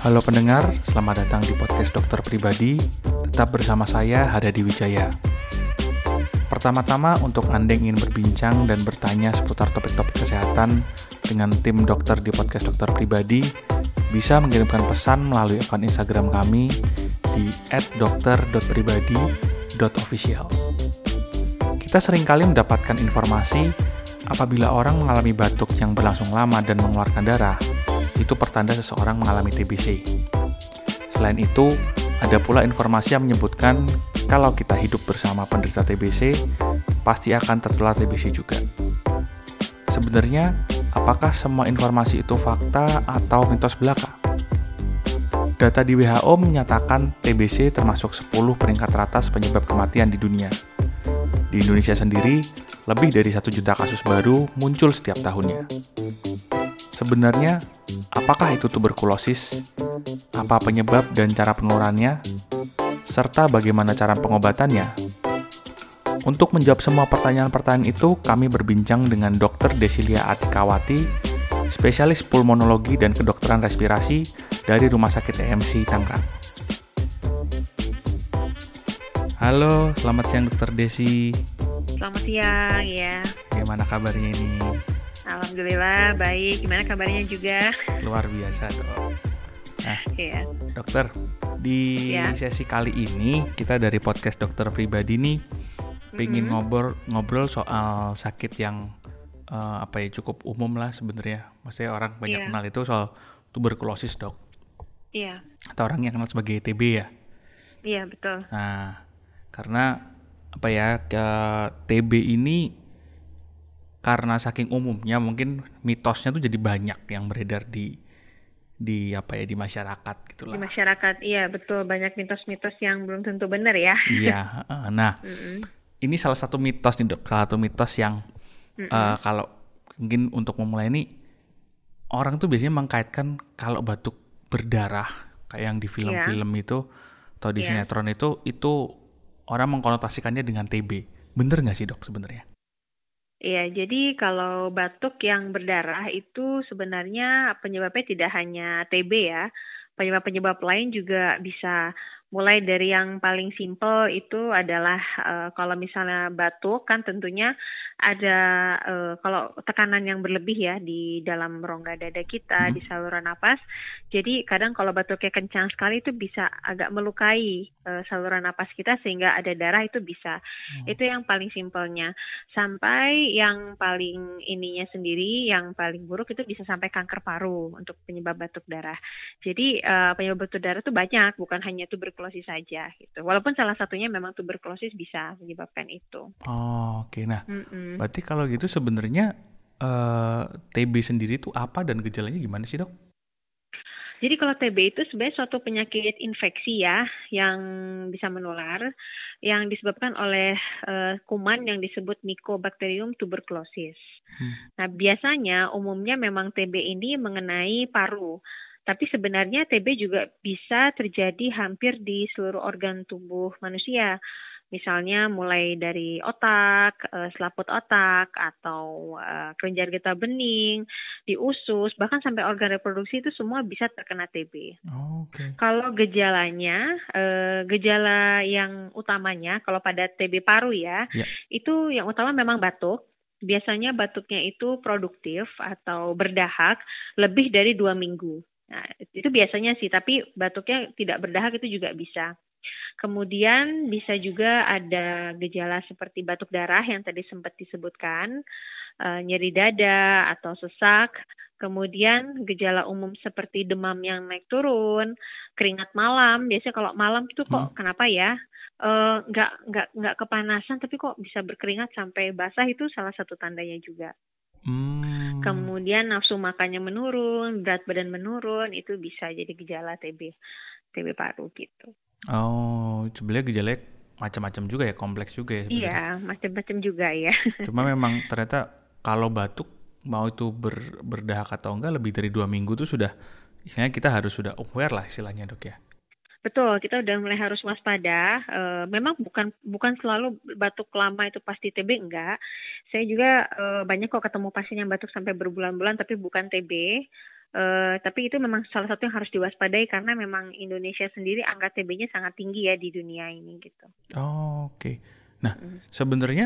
Halo pendengar, selamat datang di podcast Dokter Pribadi. Tetap bersama saya, Haryadi Wijaya. Pertama-tama, untuk Anda yang ingin berbincang dan bertanya seputar topik-topik kesehatan dengan tim dokter di podcast Dokter Pribadi, bisa mengirimkan pesan melalui akun Instagram kami di @dokter.pribadi.official. Kita seringkali mendapatkan informasi apabila orang mengalami batuk yang berlangsung lama dan mengeluarkan darah, itu pertanda seseorang mengalami TBC. Selain itu, ada pula informasi yang menyebutkan kalau kita hidup bersama penderita TBC, pasti akan tertular TBC juga. Sebenarnya, apakah semua informasi itu fakta atau mitos belaka? Data di WHO menyatakan TBC termasuk 10 peringkat teratas penyebab kematian di dunia. Di Indonesia sendiri, lebih dari 1 juta kasus baru muncul setiap tahunnya. Sebenarnya, apakah itu tuberkulosis? Apa penyebab dan cara penularannya? Serta bagaimana cara pengobatannya? Untuk menjawab semua pertanyaan-pertanyaan itu, kami berbincang dengan Dr. Desilia Atikawati, spesialis pulmonologi dan kedokteran respirasi dari Rumah Sakit EMC Tangerang. Halo, selamat siang Dr. Desi. Selamat siang, ya. Bagaimana kabarnya ini? Alhamdulillah, baik. Gimana kabarnya juga? Luar biasa, dok. Nah, Iya. dokter, di sesi kali ini kita dari podcast Dokter Pribadi nih pengen ngobrol soal sakit yang cukup umum lah sebenarnya. Maksudnya orang banyak kenal itu soal tuberkulosis, dok. Iya. Atau orang yang kenal sebagai TB ya. Iya, betul. Nah, karena TB ini karena saking umumnya mungkin mitosnya tuh jadi banyak yang beredar di masyarakat gitulah. Di masyarakat, iya betul, banyak mitos-mitos yang belum tentu benar ya. Iya, nah ini salah satu mitos nih dok, salah satu mitos yang kalau mungkin untuk memulai ini orang tuh biasanya mengkaitkan kalau batuk berdarah kayak yang di film-film itu atau di sinetron itu orang mengkonotasikannya dengan TB. Bener nggak sih dok sebenarnya? Iya, jadi kalau batuk yang berdarah itu sebenarnya penyebabnya tidak hanya TB ya. Penyebab-penyebab lain juga bisa, mulai dari yang paling simpel itu adalah kalau misalnya batuk kan tentunya ada kalau tekanan yang berlebih ya di dalam rongga dada kita, di saluran napas. Jadi kadang kalau batuknya kencang sekali itu bisa agak melukai saluran napas kita sehingga ada darah, itu bisa. Itu yang paling simpelnya. Sampai yang paling ininya sendiri, yang paling buruk itu bisa sampai kanker paru untuk penyebab batuk darah. Jadi penyebab batuk darah itu banyak, bukan hanya tuberkulosis saja gitu. Walaupun salah satunya memang tuberkulosis bisa menyebabkan itu. Oh, oke. Nah, berarti kalau gitu sebenarnya TB sendiri itu apa dan gejalanya gimana sih, dok? Jadi kalau TB itu sebenarnya suatu penyakit infeksi ya, yang bisa menular, yang disebabkan oleh kuman yang disebut Mycobacterium tuberculosis. Nah, biasanya umumnya memang TB ini mengenai paru. Tapi sebenarnya TB juga bisa terjadi hampir di seluruh organ tubuh manusia. Misalnya mulai dari otak, selaput otak, atau kelenjar getah bening, di usus, bahkan sampai organ reproduksi itu semua bisa terkena TB. Okay. Kalau gejalanya, gejala yang utamanya kalau pada TB paru ya, itu yang utama memang batuk. Biasanya batuknya itu produktif atau berdahak lebih dari 2 minggu. Nah, itu biasanya sih, tapi batuknya tidak berdahak itu juga bisa. Kemudian bisa juga ada gejala seperti batuk darah yang tadi sempat disebutkan, nyeri dada atau sesak. Kemudian gejala umum seperti demam yang naik turun, keringat malam. Biasanya kalau malam itu kok kenapa ya? Nggak kepanasan tapi kok bisa berkeringat sampai basah, itu salah satu tandanya juga. Kemudian nafsu makannya menurun, berat badan menurun, itu bisa jadi gejala TB paru gitu. Oh, sebenarnya gejalanya macam-macam juga ya, kompleks juga ya sebenarnya. Iya, macam-macam juga ya. Cuma memang ternyata kalau batuk mau itu berdahak atau enggak lebih dari 2 minggu tuh sudah, istilahnya kita harus sudah aware lah istilahnya, dok ya. Betul, kita udah mulai harus waspada. Memang bukan selalu batuk lama itu pasti TB, enggak. Saya juga banyak kok ketemu pasien yang batuk sampai berbulan-bulan tapi bukan TB. Tapi itu memang salah satu yang harus diwaspadai karena memang Indonesia sendiri angka TB-nya sangat tinggi ya di dunia ini gitu. Oke. Nah, sebenarnya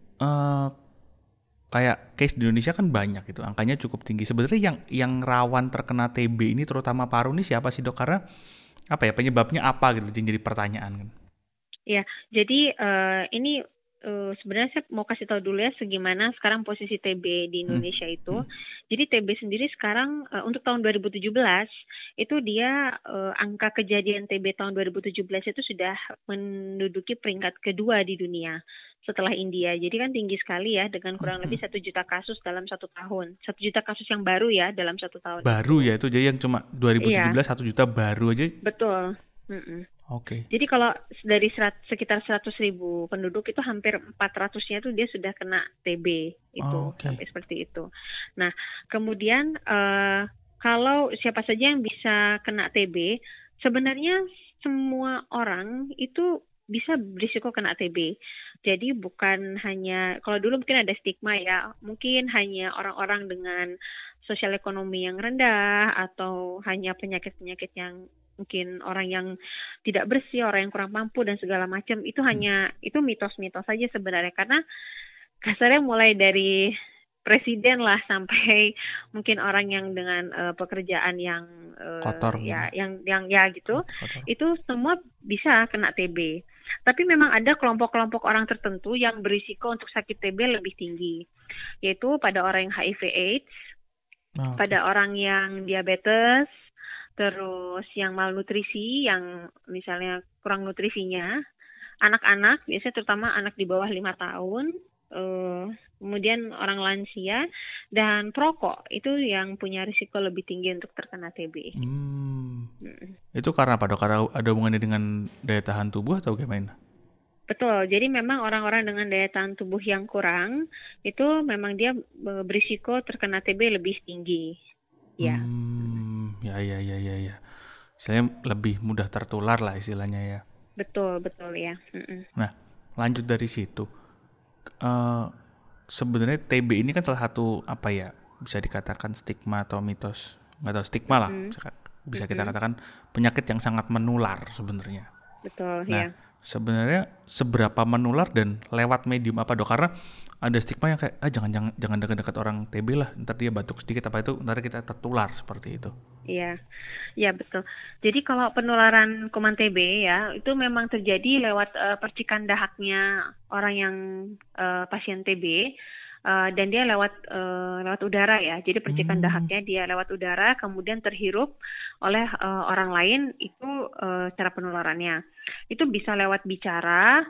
kayak case di Indonesia kan banyak gitu, angkanya cukup tinggi. Sebenarnya yang rawan terkena TB ini terutama paru ini siapa sih, Dok? Karena apa ya, penyebabnya apa gitu jadi pertanyaan kan. Ya, jadi ini sebenarnya saya mau kasih tahu dulu ya segimana sekarang posisi TB di Indonesia itu. Jadi TB sendiri sekarang untuk tahun 2017 itu dia angka kejadian TB tahun 2017 itu sudah menduduki peringkat kedua di dunia setelah India. Jadi kan tinggi sekali ya dengan kurang lebih 1 juta kasus dalam 1 tahun. 1 juta kasus yang baru ya dalam 1 tahun. Baru ya itu, jadi yang cuma 2017 1 juta baru aja. Betul. Oke. Jadi kalau dari sekitar 100.000 penduduk itu hampir 400-nya tuh dia sudah kena TB itu sampai seperti itu. Nah kemudian kalau siapa saja yang bisa kena TB, sebenarnya semua orang itu bisa berisiko kena TB. Jadi bukan hanya, kalau dulu mungkin ada stigma ya, mungkin hanya orang-orang dengan sosial ekonomi yang rendah atau hanya penyakit-penyakit yang mungkin orang yang tidak bersih, orang yang kurang mampu dan segala macam, itu hanya itu mitos-mitos saja sebenarnya, karena kasarnya mulai dari presiden lah sampai mungkin orang yang dengan pekerjaan yang kotor ya yang ya gitu, kotor. Itu semua bisa kena TB. Tapi memang ada kelompok-kelompok orang tertentu yang berisiko untuk sakit TB lebih tinggi, yaitu pada orang yang HIV/AIDS, pada orang yang diabetes, terus yang malnutrisi, yang misalnya kurang nutrisinya, anak-anak, biasanya terutama anak di bawah 5 tahun, kemudian orang lansia, dan perokok, itu yang punya risiko lebih tinggi untuk terkena TB. Itu karena apa, Dok? Karena ada hubungannya dengan daya tahan tubuh atau gimana? Betul, jadi memang orang-orang dengan daya tahan tubuh yang kurang, itu memang dia berisiko terkena TB lebih tinggi. Ya. Ya. Istilahnya lebih mudah tertular lah istilahnya ya. Betul ya. Nah, lanjut dari situ. Sebenarnya TB ini kan salah satu apa ya, bisa dikatakan stigma atau mitos, nggak tahu, stigma lah, bisa kita katakan penyakit yang sangat menular sebenarnya. Betul. Nah, sebenarnya seberapa menular dan lewat medium apa, Dok? Karena ada stigma yang kayak jangan dekat-dekat orang TB lah, ntar dia batuk sedikit apa itu, ntar kita tertular seperti itu. Iya betul. Jadi kalau penularan kuman TB ya itu memang terjadi lewat percikan dahaknya orang yang pasien TB. Dan dia lewat udara ya. Jadi percikan dahaknya dia lewat udara, kemudian terhirup oleh orang lain, itu cara penularannya. Itu bisa lewat bicara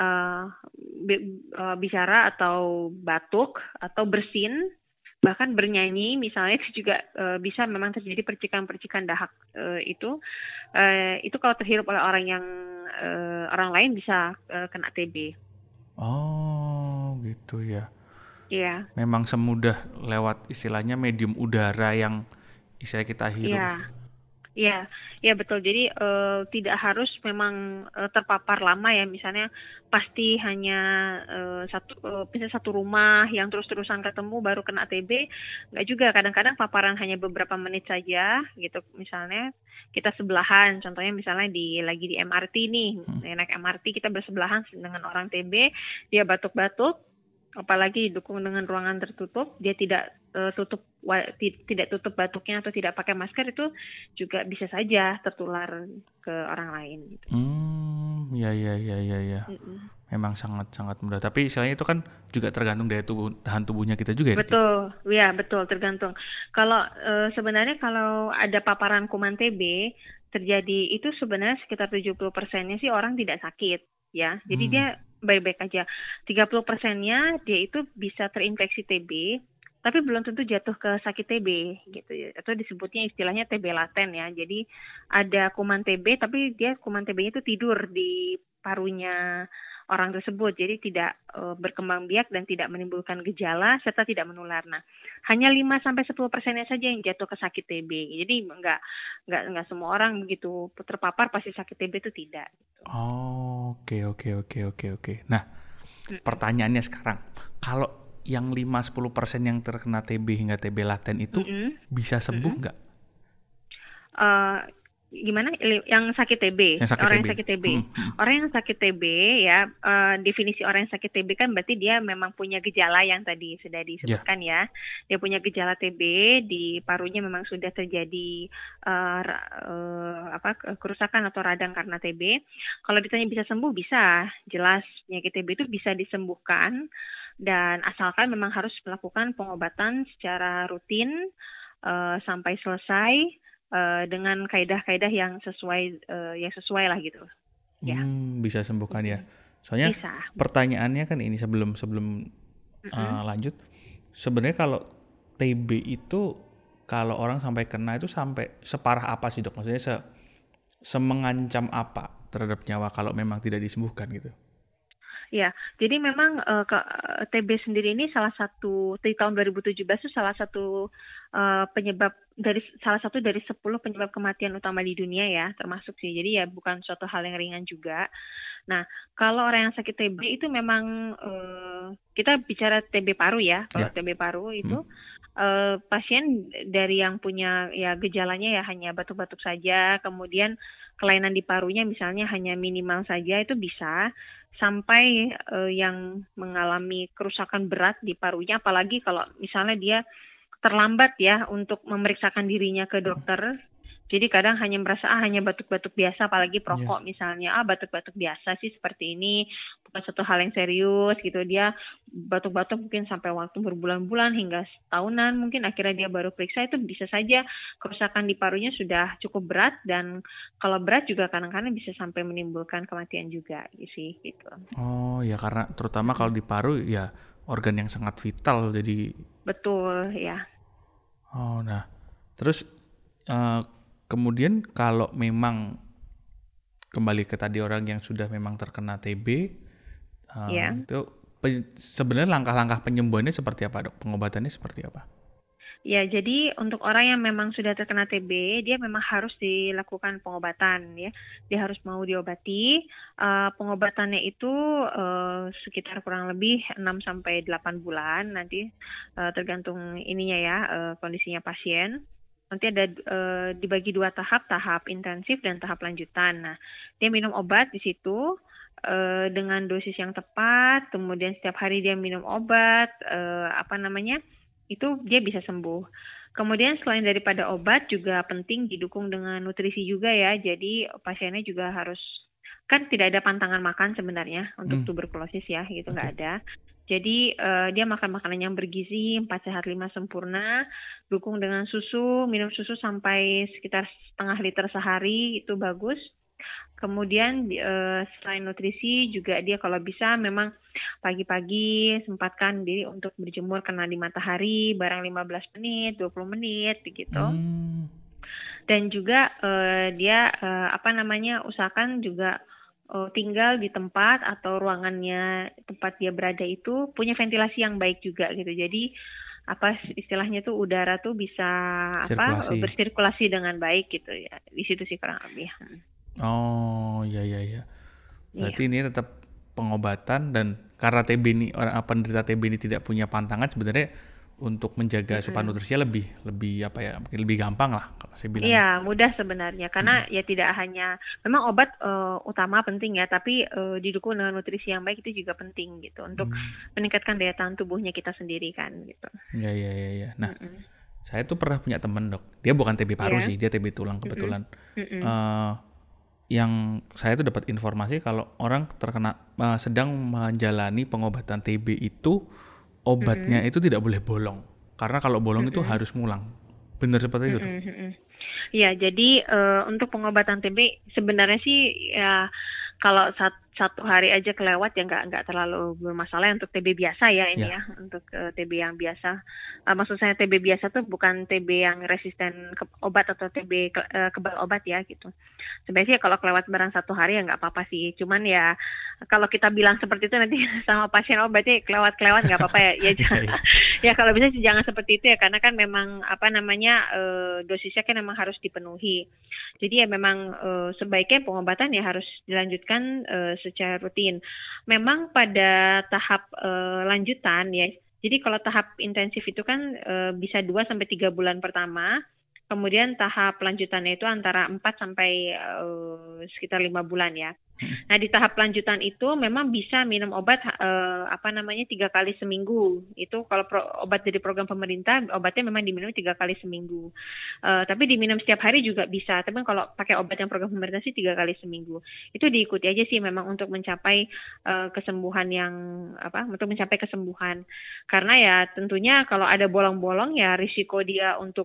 atau batuk atau bersin, bahkan bernyanyi misalnya, itu juga bisa memang terjadi percikan-percikan dahak itu kalau terhirup oleh orang lain bisa kena TB. Oh gitu ya. Iya. Memang semudah lewat istilahnya medium udara yang istilahnya kita hirup. Iya betul. Jadi tidak harus memang terpapar lama ya. Misalnya pasti hanya satu rumah yang terus-terusan ketemu baru kena TB. Nggak juga. Kadang-kadang paparan hanya beberapa menit saja gitu. Misalnya kita sebelahan. Contohnya misalnya lagi di MRT nih. Naik MRT kita bersebelahan dengan orang TB. Dia batuk-batuk. Apalagi didukung dengan ruangan tertutup, dia tidak tutup batuknya atau tidak pakai masker, itu juga bisa saja tertular ke orang lain. Gitu. Ya. Memang sangat mudah. Tapi istilahnya itu kan juga tergantung daya tahan tubuhnya kita juga ya. Betul tergantung. Kalau sebenarnya kalau ada paparan kuman TB terjadi itu sebenarnya sekitar 70%-nya sih orang tidak sakit ya. Jadi dia baik-baik aja. 30%-nya dia itu bisa terinfeksi TB, tapi belum tentu jatuh ke sakit TB gitu ya. Atau disebutnya istilahnya TB laten ya. Jadi ada kuman TB tapi dia kuman TB-nya itu tidur di parunya orang tersebut. Jadi tidak berkembang biak dan tidak menimbulkan gejala serta tidak menular. Nah, hanya 5-10%-nya saja yang jatuh ke sakit TB. Jadi enggak semua orang begitu terpapar pasti sakit TB itu tidak. Gitu. Oke. Nah, pertanyaannya sekarang, kalau yang 5-10% yang terkena TB hingga TB laten itu bisa sembuh nggak? uh, gimana yang sakit TB, orang yang sakit TB. Orang yang sakit TB ya, definisi orang yang sakit TB kan berarti dia memang punya gejala yang tadi sudah disebutkan ya. Dia punya gejala TB, di parunya memang sudah terjadi kerusakan atau radang karena TB. Kalau ditanya bisa sembuh, bisa. Jelas penyakit TB itu bisa disembuhkan, dan asalkan memang harus melakukan pengobatan secara rutin sampai selesai, dengan kaidah-kaidah yang sesuai lah gitu. Ya. Bisa sembuhkan ya. Soalnya bisa. Pertanyaannya kan ini sebelum lanjut, sebenarnya kalau TB itu kalau orang sampai kena itu sampai separah apa sih, Dok? Maksudnya semengancam apa terhadap nyawa kalau memang tidak disembuhkan gitu? Ya, jadi memang TB sendiri ini salah satu di tahun 2017 itu salah satu salah satu dari 10 penyebab kematian utama di dunia ya, termasuk sih. Jadi ya bukan suatu hal yang ringan juga. Nah, kalau orang yang sakit TB itu memang kita bicara TB paru ya. Kalau TB paru itu pasien dari yang punya ya gejalanya ya hanya batuk-batuk saja, kemudian kelainan di parunya misalnya hanya minimal saja, itu bisa sampai yang mengalami kerusakan berat di parunya, apalagi kalau misalnya dia terlambat ya untuk memeriksakan dirinya ke dokter. Jadi kadang hanya merasa hanya batuk-batuk biasa, apalagi perokok misalnya, batuk-batuk biasa sih seperti ini, bukan satu hal yang serius gitu. Dia batuk-batuk mungkin sampai waktu berbulan-bulan hingga setahunan, mungkin akhirnya dia baru periksa, itu bisa saja kerusakan di parunya sudah cukup berat, dan kalau berat juga kadang-kadang bisa sampai menimbulkan kematian juga sih gitu. Oh ya, karena terutama kalau di paru ya organ yang sangat vital jadi. Betul ya. Oh nah, terus kemudian kalau memang kembali ke tadi orang yang sudah memang terkena TB, itu sebenarnya langkah-langkah penyembuhannya seperti apa, Dok? Pengobatannya seperti apa? Ya, jadi untuk orang yang memang sudah terkena TB, dia memang harus dilakukan pengobatan ya. Dia harus mau diobati. Pengobatannya itu sekitar kurang lebih 6-8 bulan nanti, tergantung ininya ya, kondisinya pasien. Nanti ada dibagi 2 tahap intensif dan tahap lanjutan. Nah, dia minum obat di situ dengan dosis yang tepat, kemudian setiap hari dia minum obat, itu dia bisa sembuh. Kemudian selain daripada obat juga penting didukung dengan nutrisi juga ya. Jadi pasiennya juga harus, kan tidak ada pantangan makan sebenarnya untuk tuberkulosis ya, gitu nggak ada. Jadi dia makan makanan yang bergizi, 4 sehat 5 sempurna, dukung dengan susu, minum susu sampai sekitar setengah liter sehari, itu bagus. Kemudian selain nutrisi juga dia kalau bisa memang pagi-pagi sempatkan diri untuk berjemur kena di matahari barang 15 menit, 20 menit begitu. Dan juga dia usahakan juga tinggal di tempat atau ruangannya tempat dia berada itu punya ventilasi yang baik juga gitu. Jadi istilahnya tuh udara tuh bisa bersirkulasi dengan baik gitu ya. Di situ sih kurang lebih. Oh iya. Berarti ini tetap pengobatan, dan karena TB ini penderita TB ini tidak punya pantangan, sebenarnya untuk menjaga asupan nutrisinya lebih gampang lah kalau saya bilang. Iya, mudah sebenarnya karena ya tidak hanya memang obat utama penting ya, tapi didukung dengan nutrisi yang baik itu juga penting gitu untuk meningkatkan daya tahan tubuhnya kita sendiri kan gitu. Iya. Nah, saya tuh pernah punya teman, Dok. Dia bukan TB paru sih, dia TB tulang kebetulan. Yang saya tuh dapat informasi kalau orang terkena sedang menjalani pengobatan TB itu obatnya itu tidak boleh bolong, karena kalau bolong itu harus ngulang. Benar seperti itu? Ya, jadi untuk pengobatan TB sebenarnya sih ya kalau satu hari aja kelewat ya nggak terlalu bermasalah untuk TB biasa ya ini ya untuk TB yang biasa. Maksud saya TB biasa tuh bukan TB yang resisten ke obat atau TB kebal obat ya gitu. Sebenarnya kalau kelewat barang satu hari ya nggak apa-apa sih. Cuman ya kalau kita bilang seperti itu nanti sama pasien berarti kelewat nggak apa-apa ya. Ya kalau bisa sih jangan seperti itu ya, karena kan memang dosisnya kan memang harus dipenuhi. Jadi ya memang sebaiknya pengobatan ya harus dilanjutkan secara rutin. Memang pada tahap lanjutan ya. Jadi kalau tahap intensif itu kan bisa 2-3 bulan pertama Kemudian tahap lanjutannya itu antara 4 sampai sekitar 5 bulan ya. Nah, di tahap lanjutan itu memang bisa minum obat 3 kali seminggu. Itu kalau obat dari program pemerintah, obatnya memang diminum 3 kali seminggu. Tapi diminum setiap hari juga bisa. Tapi kalau pakai obat yang program pemerintah sih 3 kali seminggu. Itu diikuti aja sih memang untuk mencapai kesembuhan untuk mencapai kesembuhan. Karena ya tentunya kalau ada bolong-bolong ya risiko dia untuk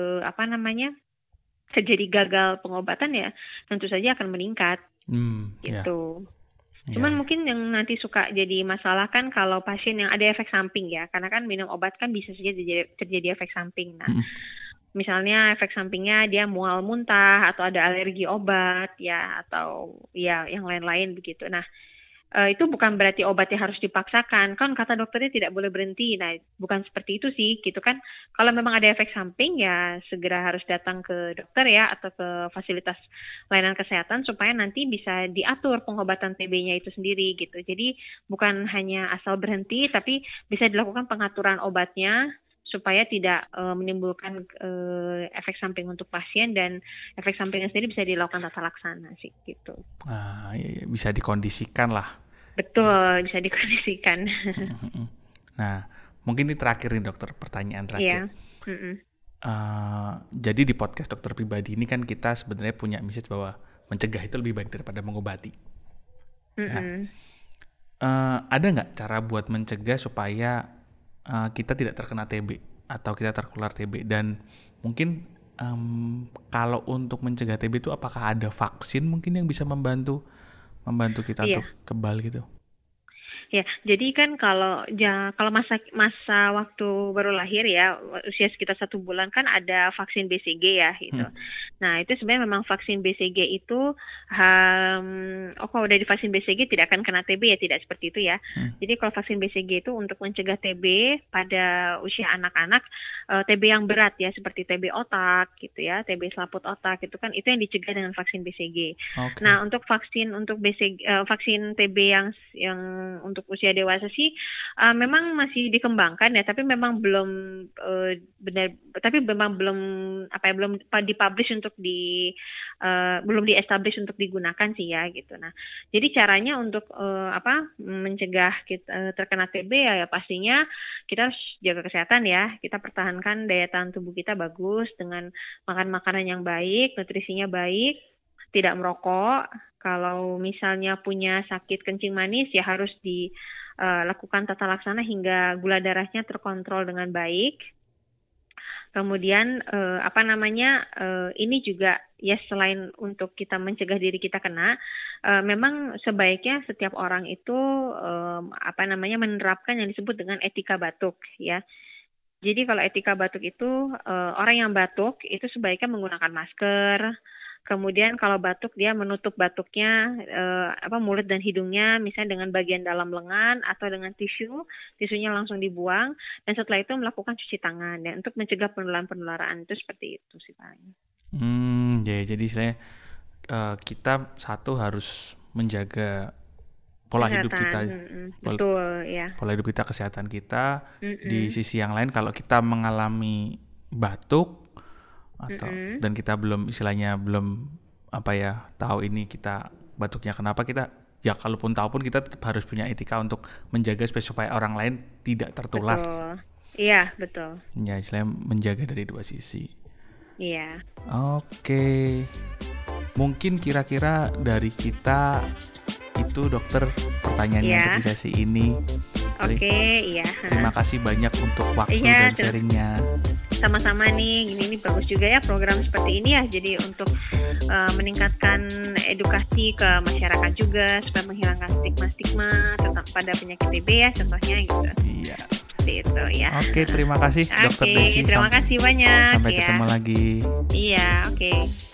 terjadi gagal pengobatan ya tentu saja akan meningkat gitu. Cuman mungkin yang nanti suka jadi masalah kan kalau pasien yang ada efek samping ya, karena kan minum obat kan bisa saja terjadi efek samping. Nah, misalnya efek sampingnya dia mual muntah atau ada alergi obat ya, atau ya yang lain-lain begitu. Nah, itu bukan berarti obatnya harus dipaksakan. Kan kata dokternya tidak boleh berhenti. Nah, bukan seperti itu sih, gitu kan. Kalau memang ada efek samping, ya segera harus datang ke dokter ya, atau ke fasilitas layanan kesehatan supaya nanti bisa diatur pengobatan TB-nya itu sendiri, gitu. Jadi, bukan hanya asal berhenti, tapi bisa dilakukan pengaturan obatnya supaya tidak menimbulkan efek samping untuk pasien, dan efek sampingnya sendiri bisa dilakukan tata laksana sih gitu. Bisa dikondisikan lah. Betul, bisa dikondisikan. Nah, mungkin ini terakhir nih dokter, pertanyaan terakhir. Jadi di podcast Dokter Pribadi ini kan kita sebenarnya punya message bahwa mencegah itu lebih baik daripada mengobati. Ada nggak cara buat mencegah supaya kita tidak terkena TB atau kita tertular TB? Dan mungkin kalau untuk mencegah TB itu apakah ada vaksin mungkin yang bisa membantu kita untuk kebal gitu? Ya, jadi kan kalau masa waktu baru lahir ya, usia sekitar 1 bulan kan ada vaksin BCG ya gitu. Nah, itu sebenarnya memang vaksin BCG itu kalau udah divaksin BCG tidak akan kena TB ya, tidak seperti itu ya. Jadi kalau vaksin BCG itu untuk mencegah TB pada usia anak-anak, TB yang berat ya, seperti TB otak gitu ya, TB selaput otak itu kan, itu yang dicegah dengan vaksin BCG. Nah, untuk vaksin vaksin TB yang untuk usia dewasa sih memang masih dikembangkan ya, tapi memang belum belum dipublish untuk belum di-establish untuk digunakan sih ya gitu. Nah, jadi caranya untuk mencegah kita terkena TB ya pastinya kita harus jaga kesehatan ya. Kita pertahankan daya tahan tubuh kita bagus dengan makan makanan yang baik, nutrisinya baik, tidak merokok. Kalau misalnya punya sakit kencing manis ya harus dilakukan tata laksana hingga gula darahnya terkontrol dengan baik. Kemudian ini juga ya, selain untuk kita mencegah diri kita kena, memang sebaiknya setiap orang itu menerapkan yang disebut dengan etika batuk ya. Jadi kalau etika batuk itu orang yang batuk itu sebaiknya menggunakan masker. Kemudian kalau batuk dia menutup batuknya, mulut dan hidungnya misalnya dengan bagian dalam lengan atau dengan tisunya langsung dibuang, dan setelah itu melakukan cuci tangan ya, untuk mencegah penularan itu seperti itu sih paling. Jadi saya kita harus menjaga pola hidup kita, pola hidup kita, kesehatan kita. Di sisi yang lain kalau kita mengalami batuk dan kita belum tahu ini kita batuknya kenapa, kita ya kalaupun tahu pun kita tetap harus punya etika untuk menjaga supaya orang lain tidak tertular. Iya, betul. Ya, istilahnya menjaga dari dua sisi. Iya. Oke. Mungkin kira-kira dari kita itu dokter pertanyaannya untuk di sesi ini. Iya. Terima kasih banyak untuk waktu dan sharingnya. Sama-sama nih, ini bagus juga ya program seperti ini ya. Jadi untuk meningkatkan edukasi ke masyarakat juga supaya menghilangkan stigma-stigma tentang pada penyakit TB ya, contohnya gitu. Iya. Seperti itu ya. Oke, terima kasih Dokter Desi. Terima kasih banyak. Sampai ketemu lagi. Iya, oke.